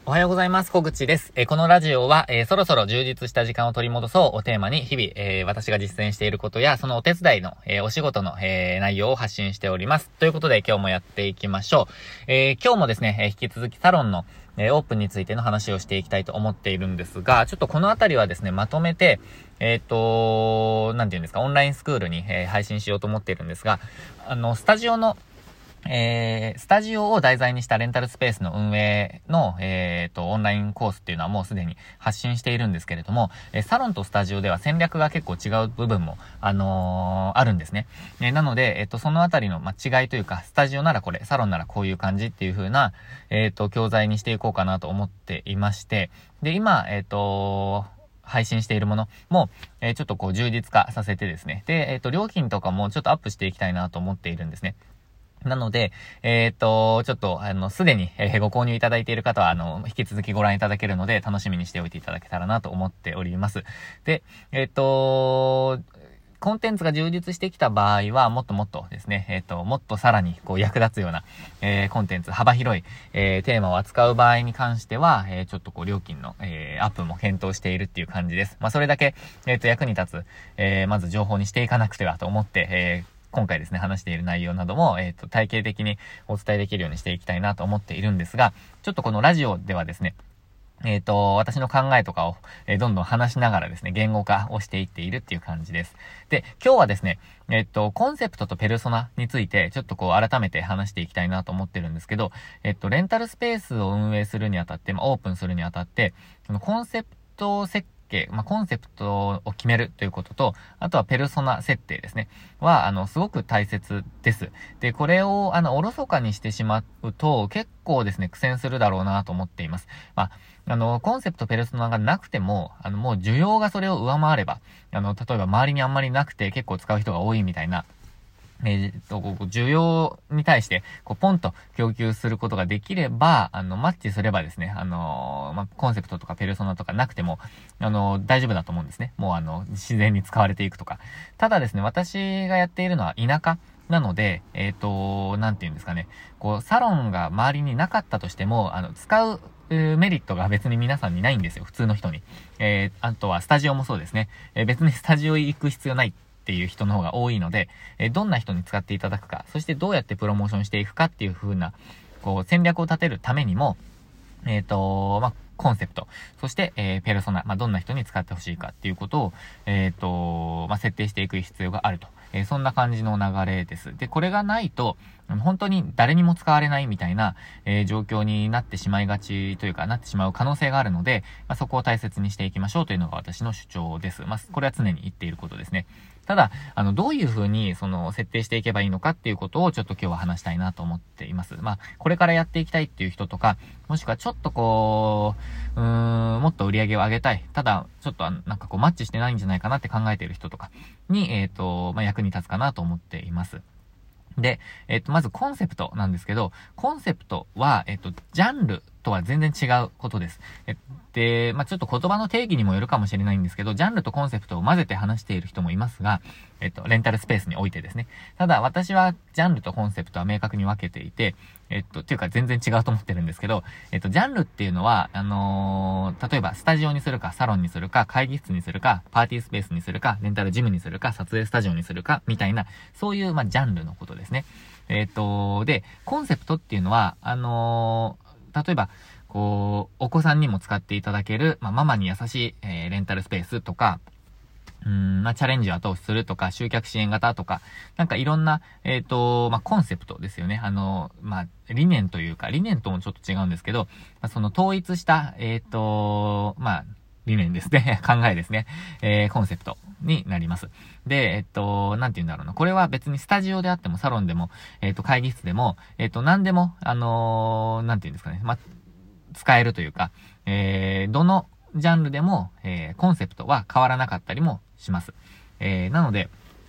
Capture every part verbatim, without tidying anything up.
おはようございます。小口です。えー、このラジオは、えー、そろそろ充実した時間を取り戻そうをテーマに日々、えー、私が実践していることや、そのお手伝いの、えー、お仕事の、えー、内容を発信しております。ということで今日もやっていきましょう。えー、今日もですね、えー、引き続きサロンの、えー、オープンについての話をしていきたいと思っているんですが、ちょっとこのあたりはですね、まとめて、えっと、なんていうんですか、オンラインスクールに、えー、配信しようと思っているんですが、あの、スタジオのえー、スタジオを題材にしたレンタルスペースの運営の、えーと、オンラインコースっていうのはもうすでに発信しているんですけれども、えー、サロンとスタジオでは戦略が結構違う部分も、あのー、あるんですね。えー、なので、えっと、そのあたりの、ま、違いというか、スタジオならこれ、サロンならこういう感じっていう風な、えっと、教材にしていこうかなと思っていまして、で、今、えっと、配信しているものも、えー、ちょっとこう充実化させてですね。で、えっと、料金とかもちょっとアップしていきたいなと思っているんですね。なので、えっと、ちょっと、あの、すでに、えー、ご購入いただいている方は、あの、引き続きご覧いただけるので、楽しみにしておいていただけたらなと思っております。で、えっと、コンテンツが充実してきた場合は、もっともっとですね、えっと、もっとさらに、こう、役立つような、えー、コンテンツ、幅広い、えー、テーマを扱う場合に関しては、えー、ちょっとこう、料金の、えー、アップも検討しているっていう感じです。まあ、それだけ、えっと、役に立つ、えー、まず情報にしていかなくてはと思って、えー、今回ですね、話している内容なども、えっと、体系的にお伝えできるようにしていきたいなと思っているんですが、ちょっとこのラジオではですね、えっと、私の考えとかを、えー、どんどん話しながらですね、言語化をしていっているっていう感じです。で、今日はですね、えっと、コンセプトとペルソナについて、ちょっとこう、改めて話していきたいなと思ってるんですけど、えっと、レンタルスペースを運営するにあたって、まあ、オープンするにあたって、そのコンセプト設計、まあ、コンセプトを決めるということと、あとはペルソナ設定ですね。は、あの、すごく大切です。で、これを、あの、おろそかにしてしまうと、結構ですね、苦戦するだろうなと思っています。まあ、あの、コンセプト、ペルソナがなくても、あの、もう需要がそれを上回れば、あの、例えば周りにあんまりなくて結構使う人が多いみたいな、えー、っと、需要に対して、こう、ポンと供給することができれば、あの、マッチすればですね、あのー、まあ、コンセプトとかペルソナとかなくても、あのー、大丈夫だと思うんですね。もうあの、自然に使われていくとか。ただですね、私がやっているのは田舎なので、えー、っと、なんていうんですかね、こう、サロンが周りになかったとしても、あの、使う、メリットが別に皆さんにないんですよ。普通の人に。えー、あとはスタジオもそうですね。えー、別にスタジオ行く必要ないっていう人の方が多いので、えー、どんな人に使っていただくか、そしてどうやってプロモーションしていくかっていう風な、こう、戦略を立てるためにも、えっと、まあ、コンセプト、そして、えー、ペルソナ、まあ、どんな人に使ってほしいかっていうことを、えっと、まあ、設定していく必要があると。えー、そんな感じの流れです。で、これがないと、本当に誰にも使われないみたいな、えー、状況になってしまいがちというか、なってしまう可能性があるので、まあ、そこを大切にしていきましょうというのが私の主張です。まあ、これは常に言っていることですね。ただ、あの、どういう風に、その、設定していけばいいのかっていうことをちょっと今日は話したいなと思っています。まあ、これからやっていきたいっていう人とか、もしくはちょっとこう、うーん、もっと売り上げを上げたい。ただ、ちょっとなんかこう、マッチしてないんじゃないかなって考えている人とかに、えっと、まあ、役に立つかなと思っています。で、えっと、まずコンセプトなんですけど、コンセプトは、えっと、ジャンルとは全然違うことです。えで、まあ、ちょっと言葉の定義にもよるかもしれないんですけど、ジャンルとコンセプトを混ぜて話している人もいますが、えっと、レンタルスペースにおいてですね。ただ、私はジャンルとコンセプトは明確に分けていて、えっと、っていうか全然違うと思ってるんですけど、えっと、ジャンルっていうのは、あのー、例えばスタジオにするか、サロンにするか、会議室にするか、パーティースペースにするか、レンタルジムにするか、撮影スタジオにするか、みたいな、そういう、まあ、ジャンルのことですね。えっと、で、コンセプトっていうのは、あのー、例えば、こう、お子さんにも使っていただける、まあ、ママに優しい、えー、レンタルスペースとか、うーん、まあ、チャレンジを後押しするとか、集客支援型とか、なんかいろんな、えっと、まあ、コンセプトですよね。あの、まあ、理念というか、理念ともちょっと違うんですけど、まあ、その統一した、えっと、まあ、理念ですね。考えですね。えー、コンセプトになります。で、えっと、なんて言うんだろうな。これは別にスタジオであっても、サロンでも、えっと、会議室でも、えっと、何でも、あのー、なんて言うんですかね。まあ、使えるというか、えー、どのジャンルでも、えー、コンセプトは変わらなかったりもします。えー、なので、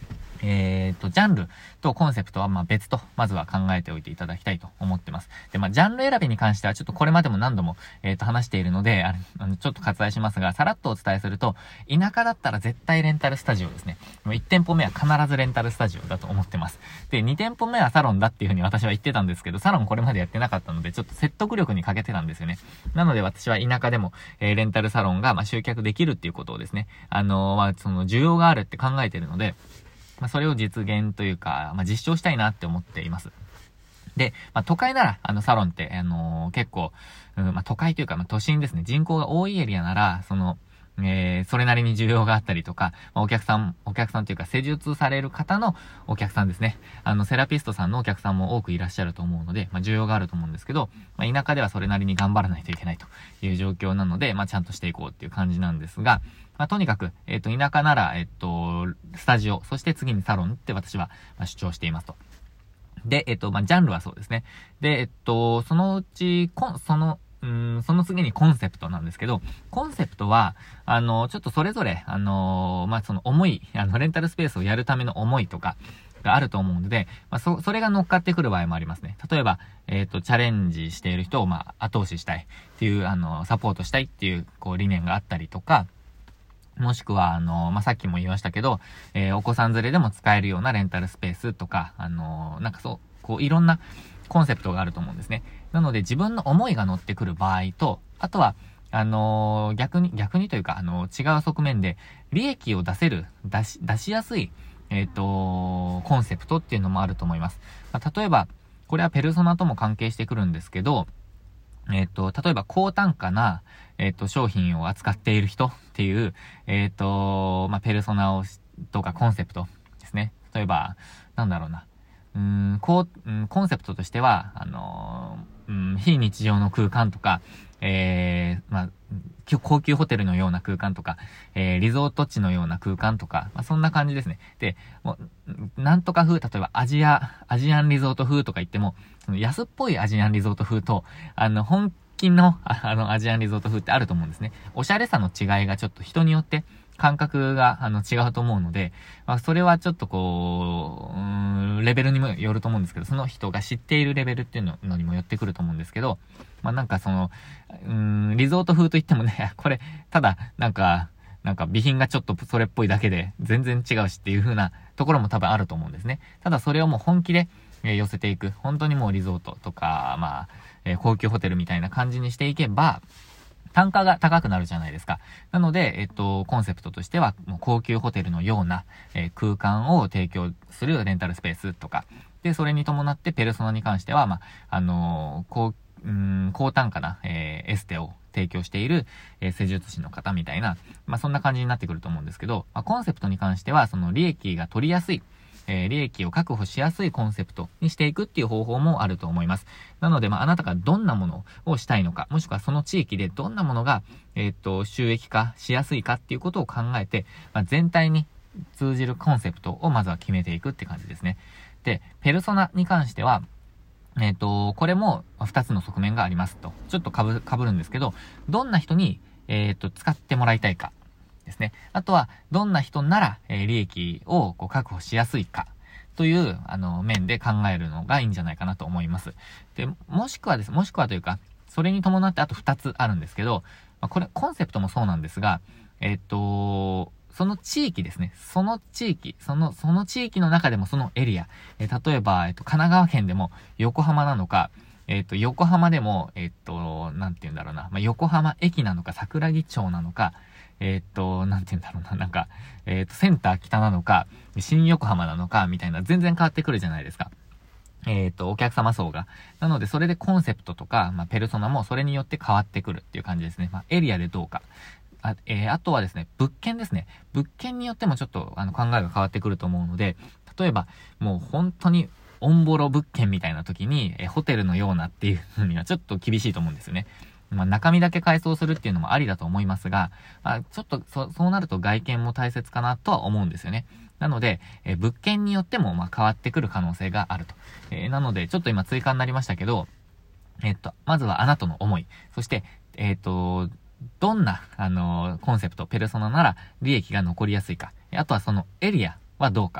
えっと、ジャンルとコンセプトはまあ別と、まずは考えておいていただきたいと思ってます。で、まあ、ジャンル選びに関してはちょっとこれまでも何度も、えっと、話しているので、あの、ちょっと割愛しますが、さらっとお伝えすると、田舎だったら絶対レンタルスタジオですね。いち店舗目は必ずレンタルスタジオだと思ってます。で、に店舗目はサロンだっていうふうに私は言ってたんですけど、サロンこれまでやってなかったので、ちょっと説得力に欠けてたんですよね。なので私は田舎でも、えー、レンタルサロンが、まあ、集客できるっていうことをですね、あのー、まあ、その、需要があるって考えているので、まあ、それを実現というか、まあ、実証したいなって思っています。で、まあ、都会なら、あの、サロンって、あのー、結構、うん、まあ、都会というか、まあ、都心ですね。人口が多いエリアなら、その、えー、それなりに需要があったりとか、まあ、お客さん、お客さんというか、施術される方のお客さんですね。あの、セラピストさんのお客さんも多くいらっしゃると思うので、まあ、需要があると思うんですけど、まあ、田舎ではそれなりに頑張らないといけないという状況なので、まあ、ちゃんとしていこうっていう感じなんですが、まあ、とにかく、えっと、田舎なら、えっと、スタジオ、そして次にサロンって私は、まあ、主張していますと。で、えっと、まあ、ジャンルはそうですね。で、えっと、そのうち、こん、その、うーん、その次にコンセプトなんですけど、コンセプトは、あの、ちょっとそれぞれ、あの、まあ、その思い、あの、レンタルスペースをやるための思いとか、があると思うので、まあ、そ、それが乗っかってくる場合もありますね。例えば、えっと、チャレンジしている人を、まあ、後押ししたいっていう、あの、サポートしたいっていう、こう、理念があったりとか、もしくは、あの、まあ、さっきも言いましたけど、えー、お子さん連れでも使えるようなレンタルスペースとか、あの、なんかそう、こう、いろんなコンセプトがあると思うんですね。なので、自分の思いが乗ってくる場合と、あとは、あのー、逆に、逆にというか、あのー、違う側面で、利益を出せる、出し、出しやすい、えっと、コンセプトっていうのもあると思います。まあ、例えば、これはペルソナとも関係してくるんですけど、えっと、例えば高単価な、えっと、商品を扱っている人っていう、えっと、まあ、ペルソナを、とかコンセプトですね。例えば、なんだろうな。うーん、こう、うん、コンセプトとしては、あのー、うん、非日常の空間とか、えー、まあ、高級ホテルのような空間とか、えー、リゾート地のような空間とか、まあ、そんな感じですね。で、もう、なんとか風、例えばアジア、アジアンリゾート風とか言っても、その安っぽいアジアンリゾート風と、あの、本気の、ああの、アジアンリゾート風ってあると思うんですね。おしゃれさの違いがちょっと人によって、感覚が、あの、違うと思うので、まあ、それはちょっとこう、うーん、レベルにもよると思うんですけど、その人が知っているレベルっていうのにもよってくると思うんですけど、まあ、なんかその、うーん、リゾート風といってもね、これ、ただ、なんか、なんか備品がちょっとそれっぽいだけで全然違うしっていう風なところも多分あると思うんですね。ただそれをもう本気で、えー、寄せていく。本当にもうリゾートとか、まあ、えー、高級ホテルみたいな感じにしていけば、単価が高くなるじゃないですか。なので、えっと、コンセプトとしては、もう高級ホテルのような、えー、空間を提供するレンタルスペースとか、で、それに伴ってペルソナに関しては、まあ、あのー、高、うーん、高単価な、えー、エステを提供している、えー、施術師の方みたいな、まあ、そんな感じになってくると思うんですけど、まあ、コンセプトに関しては、その利益が取りやすい、えー、利益を確保しやすいコンセプトにしていくっていう方法もあると思います。なので、まあ、あなたがどんなものをしたいのか、もしくはその地域でどんなものが、えー、っと、収益化しやすいかっていうことを考えて、まあ、全体に通じるコンセプトをまずは決めていくって感じですね。で、ペルソナに関しては、えっと、これも二つの側面がありますと。ちょっとかぶ、かぶるんですけど、どんな人に、えっと、使ってもらいたいかですね。あとは、どんな人なら、えー、利益をこう確保しやすいかという、あの、面で考えるのがいいんじゃないかなと思います。で、もしくはです、もしくはというか、それに伴ってあと二つあるんですけど、まあ、これ、コンセプトもそうなんですが、えっと、その地域ですね。その地域、その、その地域の中でもそのエリア。えー、例えば、えっと、神奈川県でも横浜なのか、えっと、横浜でも、えっと、なんて言うんだろうな。まあ、横浜駅なのか、桜木町なのか、えっと、なんて言うんだろうな。なんか、えっと、センター北なのか、新横浜なのか、みたいな、全然変わってくるじゃないですか。えっと、お客様層が。なので、それでコンセプトとか、まあ、ペルソナもそれによって変わってくるっていう感じですね。まあ、エリアでどうか。あ、えー、あとはですね、物件ですね。物件によってもちょっと、あの、考えが変わってくると思うので、例えば、もう本当に、オンボロ物件みたいな時に、えー、ホテルのようなっていう風にはちょっと厳しいと思うんですよね。まあ、中身だけ改装するっていうのもありだと思いますが、まあ、ちょっと、そ、そうなると外見も大切かなとは思うんですよね。なので、えー、物件によっても、まあ、変わってくる可能性があると。えー、なので、ちょっと今追加になりましたけど、えっと、まずはあなたの思い。そして、えっと、どんな、あのー、コンセプト、ペルソナなら利益が残りやすいか。あとはそのエリアはどうか。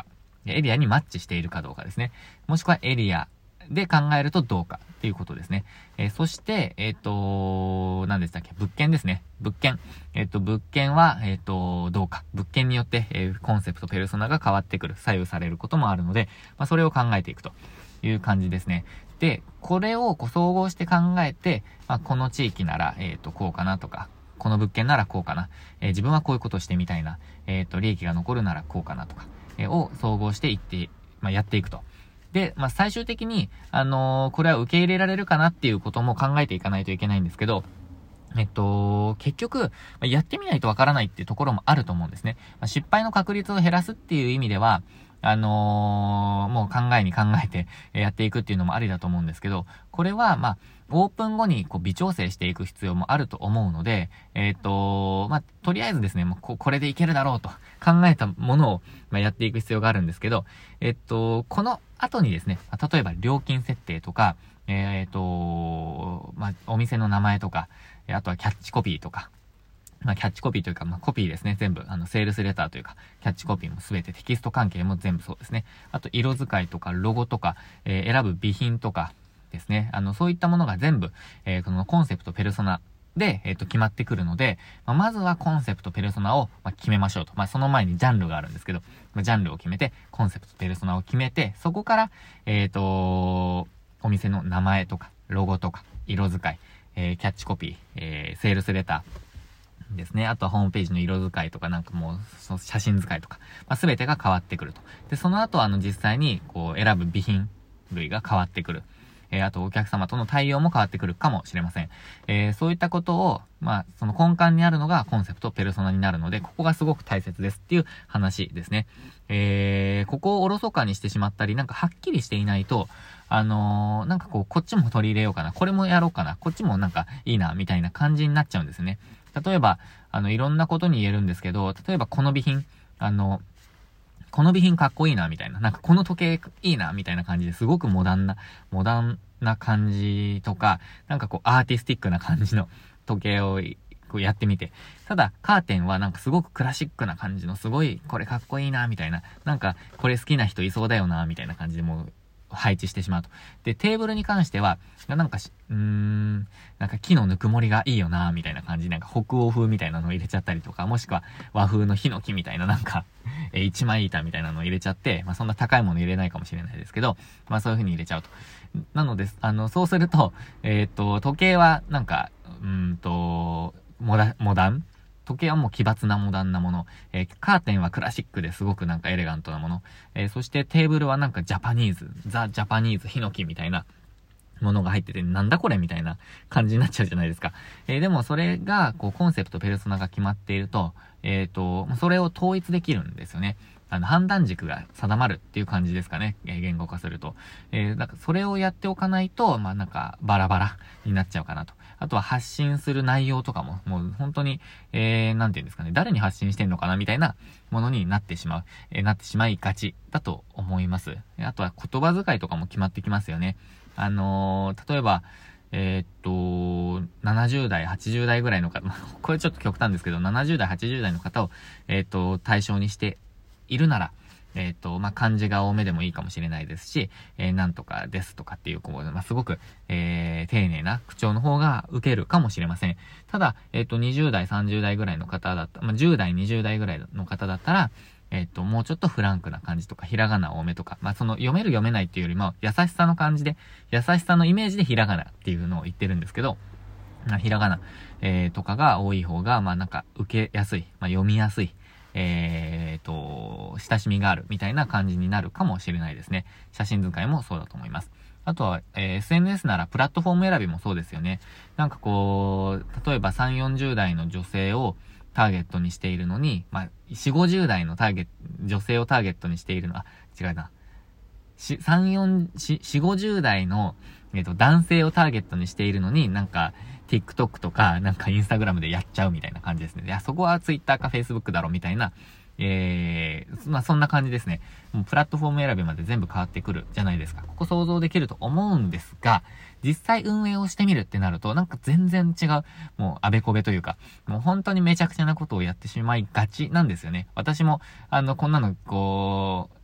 エリアにマッチしているかどうかですね。もしくはエリアで考えるとどうかっていうことですね。えー、そして、えっ、と、何でしたっけ？物件ですね。物件。えっ、と、物件は、えっ、と、どうか。物件によって、えー、コンセプト、ペルソナが変わってくる、左右されることもあるので、まあ、それを考えていくという感じですね。で、これをこう総合して考えて、まあ、この地域なら、えっ、と、こうかなとか、この物件ならこうかな。えー、自分はこういうことをしてみたいな。えっ、と、利益が残るならこうかなとか、えー、を総合していって、まあ、やっていくと。で、まあ、最終的に、あのー、これは受け入れられるかなっていうことも考えていかないといけないんですけど、えっと、結局、やってみないとわからないっていうところもあると思うんですね。まあ、失敗の確率を減らすっていう意味では、あのー、もう考えに考えてやっていくっていうのもありだと思うんですけど、これは、まあ、オープン後にこう微調整していく必要もあると思うので、えっと、まあ、とりあえずですね、もうこ、これでいけるだろうと考えたものを、まあ、やっていく必要があるんですけど、えっと、この後にですね、例えば料金設定とか、えっと、まあ、お店の名前とか、あとはキャッチコピーとか、まあ、キャッチコピーというか、まあ、コピーですね。全部、あの、セールスレターというか、キャッチコピーもすべてテキスト関係も全部そうですね。あと、色使いとか、ロゴとか、えー、選ぶ備品とかですね。あの、そういったものが全部、えー、このコンセプト、ペルソナで、えっと、決まってくるので、まあ、まずはコンセプト、ペルソナを、まあ、決めましょうと。まあ、その前にジャンルがあるんですけど、まあ、ジャンルを決めて、コンセプト、ペルソナを決めて、そこから、えっと、お店の名前とか、ロゴとか、色使い、えー、キャッチコピー、えー、セールスレター、ですね。あとはホームページの色使いとかなんかもう、その写真使いとか、まあ、全てが変わってくると。で、その後あの実際にこう選ぶ備品類が変わってくる。えー、あとお客様との対応も変わってくるかもしれません。えー、そういったことを、まあ、その根幹にあるのがコンセプト、ペルソナになるので、ここがすごく大切ですっていう話ですね。えー、ここをおろそかにしてしまったり、なんかはっきりしていないと、あのー、なんかこう、こっちも取り入れようかな、これもやろうかな、こっちもなんかいいな、みたいな感じになっちゃうんですね。例えば、あの、いろんなことに言えるんですけど、例えばこの備品、あの、この備品かっこいいな、みたいな。なんかこの時計いいな、みたいな感じですごくモダンな、モダンな感じとか、なんかこうアーティスティックな感じの時計をこうやってみて。ただ、カーテンはなんかすごくクラシックな感じの、すごいこれかっこいいな、みたいな。なんかこれ好きな人いそうだよな、みたいな感じでもう、配置してしまうと。で、テーブルに関しては、なんかし、うーん、なんか木のぬくもりがいいよなみたいな感じ、なんか北欧風みたいなのを入れちゃったりとか、もしくは和風のヒノキみたいななんか、え、一枚板みたいなのを入れちゃって、まあそんな高いもの入れないかもしれないですけど、まあそういう風に入れちゃうと。なので、あの、そうすると、えっと、時計はなんか、うーんと、モダ、モダン時計はもう奇抜なモダンなもの。えー、カーテンはクラシックですごくなんかエレガントなもの。えー、そしてテーブルはなんかジャパニーズ、ザ・ジャパニーズ、ヒノキみたいなものが入ってて、なんだこれみたいな感じになっちゃうじゃないですか。えー、でもそれが、こう、コンセプト、ペルソナが決まっていると、えっと、それを統一できるんですよね。あの、判断軸が定まるっていう感じですかね。えー、言語化すると。えー、だからそれをやっておかないと、まあ、なんか、バラバラになっちゃうかなと。あとは発信する内容とかも、もう本当に、えー、なんていうんですかね、誰に発信してんのかなみたいなものになってしまう、えー、なってしまいがちだと思います。あとは言葉遣いとかも決まってきますよね。あのー、例えば、えー、っと、ななじゅう代、はちじゅう代ぐらいの方、これちょっと極端ですけど、ななじゅう代、はちじゅう代の方を、えー、っと、対象にしているなら、えっと、まあ、漢字が多めでもいいかもしれないですし、えー、なんとかですとかっていう、こう、まあ、すごく、えー、丁寧な口調の方が受けるかもしれません。ただ、えっと、にじゅう代、さんじゅう代ぐらいの方だった、まあ、じゅう代、にじゅう代ぐらいの方だったら、えっと、もうちょっとフランクな感じとか、ひらがな多めとか、まあ、その、読める読めないっていうよりも、優しさの感じで、優しさのイメージでひらがなっていうのを言ってるんですけど、まあ、ひらがな、えー、とかが多い方が、まあ、なんか、受けやすい、まあ、読みやすい、えーと、親しみがあるみたいな感じになるかもしれないですね。写真使いもそうだと思います。あとは、えー、エスエヌエス ならプラットフォーム選びもそうですよね。なんかこう、例えばさん、よんじゅう代の女性をターゲットにしているのに、まあ、よん、ごじゅう代のターゲット、女性をターゲットにしているのは、違うな。さん、よん、よん、ごじゅう代の、えっと、男性をターゲットにしているのに、なんか、TikTok とか、なんか Instagram でやっちゃうみたいな感じですね。いや、そこは Twitter か Facebook だろみたいな、えー、まあ、そんな感じですね。もうプラットフォーム選びまで全部変わってくるじゃないですか。ここ想像できると思うんですが、実際運営をしてみるってなると、なんか全然違う、もうあべこべというか、もう本当にめちゃくちゃなことをやってしまいがちなんですよね。私も、あの、こんなの、こう、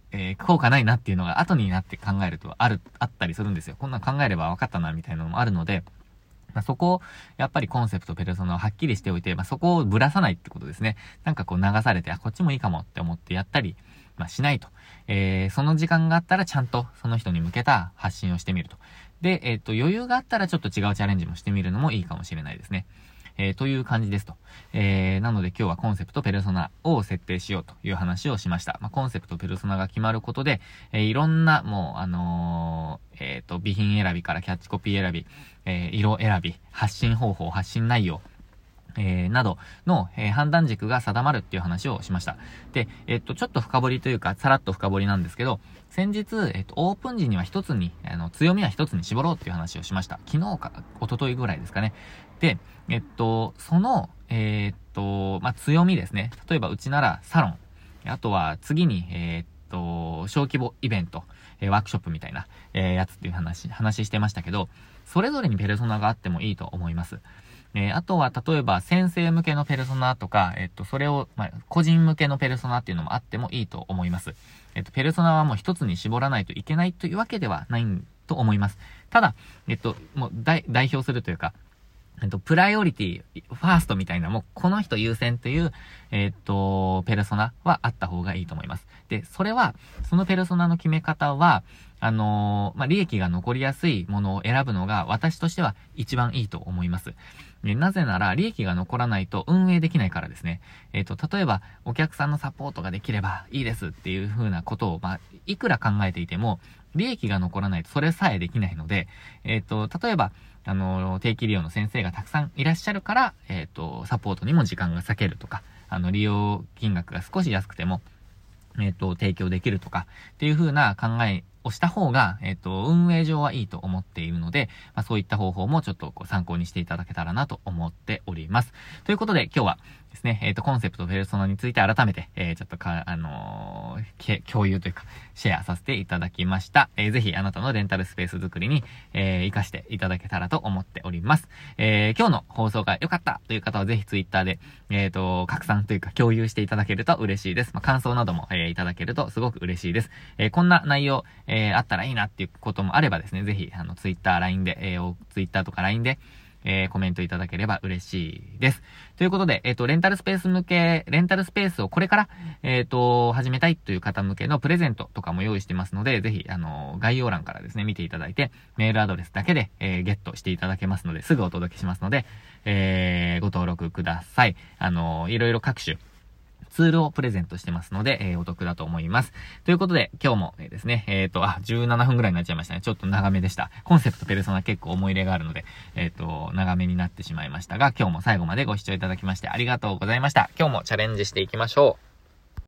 えー、効果ないなっていうのが後になって考えるとある、あったりするんですよ。こんなん考えれば分かったなみたいなのもあるので、まあ、そこを、やっぱりコンセプト、ペルソナをはっきりしておいて、まあ、そこをぶらさないってことですね。なんかこう流されて、あ、こっちもいいかもって思ってやったり、まあ、しないと。えー、その時間があったらちゃんとその人に向けた発信をしてみると。で、えっと、余裕があったらちょっと違うチャレンジもしてみるのもいいかもしれないですね。えー、という感じですと。えー、なので今日はコンセプト、ペルソナを設定しようという話をしました。まあ、コンセプト、ペルソナが決まることで、えー、いろんな、もう、あのー、えっと、備品選びからキャッチコピー選び、えー、色選び、発信方法、発信内容、えー、などの、えー、判断軸が定まるっていう話をしました。で、えっと、ちょっと深掘りというか、さらっと深掘りなんですけど、先日、えっと、オープン時には一つに、あの、強みは一つに絞ろうっていう話をしました。昨日か、一昨日ぐらいですかね。で、えっと、その、えー、っと、まあ、強みですね。例えば、うちならサロン。あとは、次に、えー、っと、小規模イベント、えー、ワークショップみたいな、えー、やつっていう話、話してましたけど、それぞれにペルソナがあってもいいと思います。えー、あとは、例えば、先生向けのペルソナとか、えっと、それを、まあ、個人向けのペルソナっていうのもあってもいいと思います。えっと、ペルソナはもう一つに絞らないといけないというわけではないと思います。ただ、えっと、もう代、代表するというか、えっと、プライオリティ、ファーストみたいな、もう、この人優先という、えっと、ペルソナはあった方がいいと思います。で、それは、そのペルソナの決め方は、あのー、まあ、利益が残りやすいものを選ぶのが、私としては一番いいと思います。で、なぜなら、利益が残らないと運営できないからですね。えっと、例えば、お客さんのサポートができればいいですっていう風なことを、まあ、いくら考えていても、利益が残らないとそれさえできないので、えっと、例えば、あの、定期利用の先生がたくさんいらっしゃるから、えっと、サポートにも時間が割けるとか、あの、利用金額が少し安くても、えっと、提供できるとか、っていう風な考えをした方が、えっと、運営上はいいと思っているので、まあ、そういった方法もちょっとこう参考にしていただけたらなと思っております。ということで、今日はですね、えっと、コンセプト、ペルソナについて改めて、えー、ちょっとか、あのー、共有というか、シェアさせていただきました。えー、ぜひ、あなたのレンタルスペース作りに、えー、活かしていただけたらと思っております。えー、今日の放送が良かったという方は、ぜひツイッターで、えっと、拡散というか、共有していただけると嬉しいです。まあ、感想なども、えー、いただけるとすごく嬉しいです。えー、こんな内容、えー、あったらいいなっていうこともあればですね、ぜひ、あの、ツイッター、ライン で、えー、ツイッターとか ライン で、えー、コメントいただければ嬉しいです。ということで、えっと、レンタルスペース向け、レンタルスペースをこれから、えっと、始めたいという方向けのプレゼントとかも用意してますので、ぜひ、あの、概要欄からですね、見ていただいて、メールアドレスだけで、えー、ゲットしていただけますので、すぐお届けしますので、えー、ご登録ください。あの、いろいろ各種、ツールをプレゼントしてますので、えー、お得だと思います。ということで、今日も、えー、ですね、えっと、あ、じゅうななふんぐらいになっちゃいましたね。ちょっと長めでした。コンセプト、ペルソナ結構思い入れがあるので、えっと、長めになってしまいましたが、今日も最後までご視聴いただきましてありがとうございました。今日もチャレンジしていきましょう。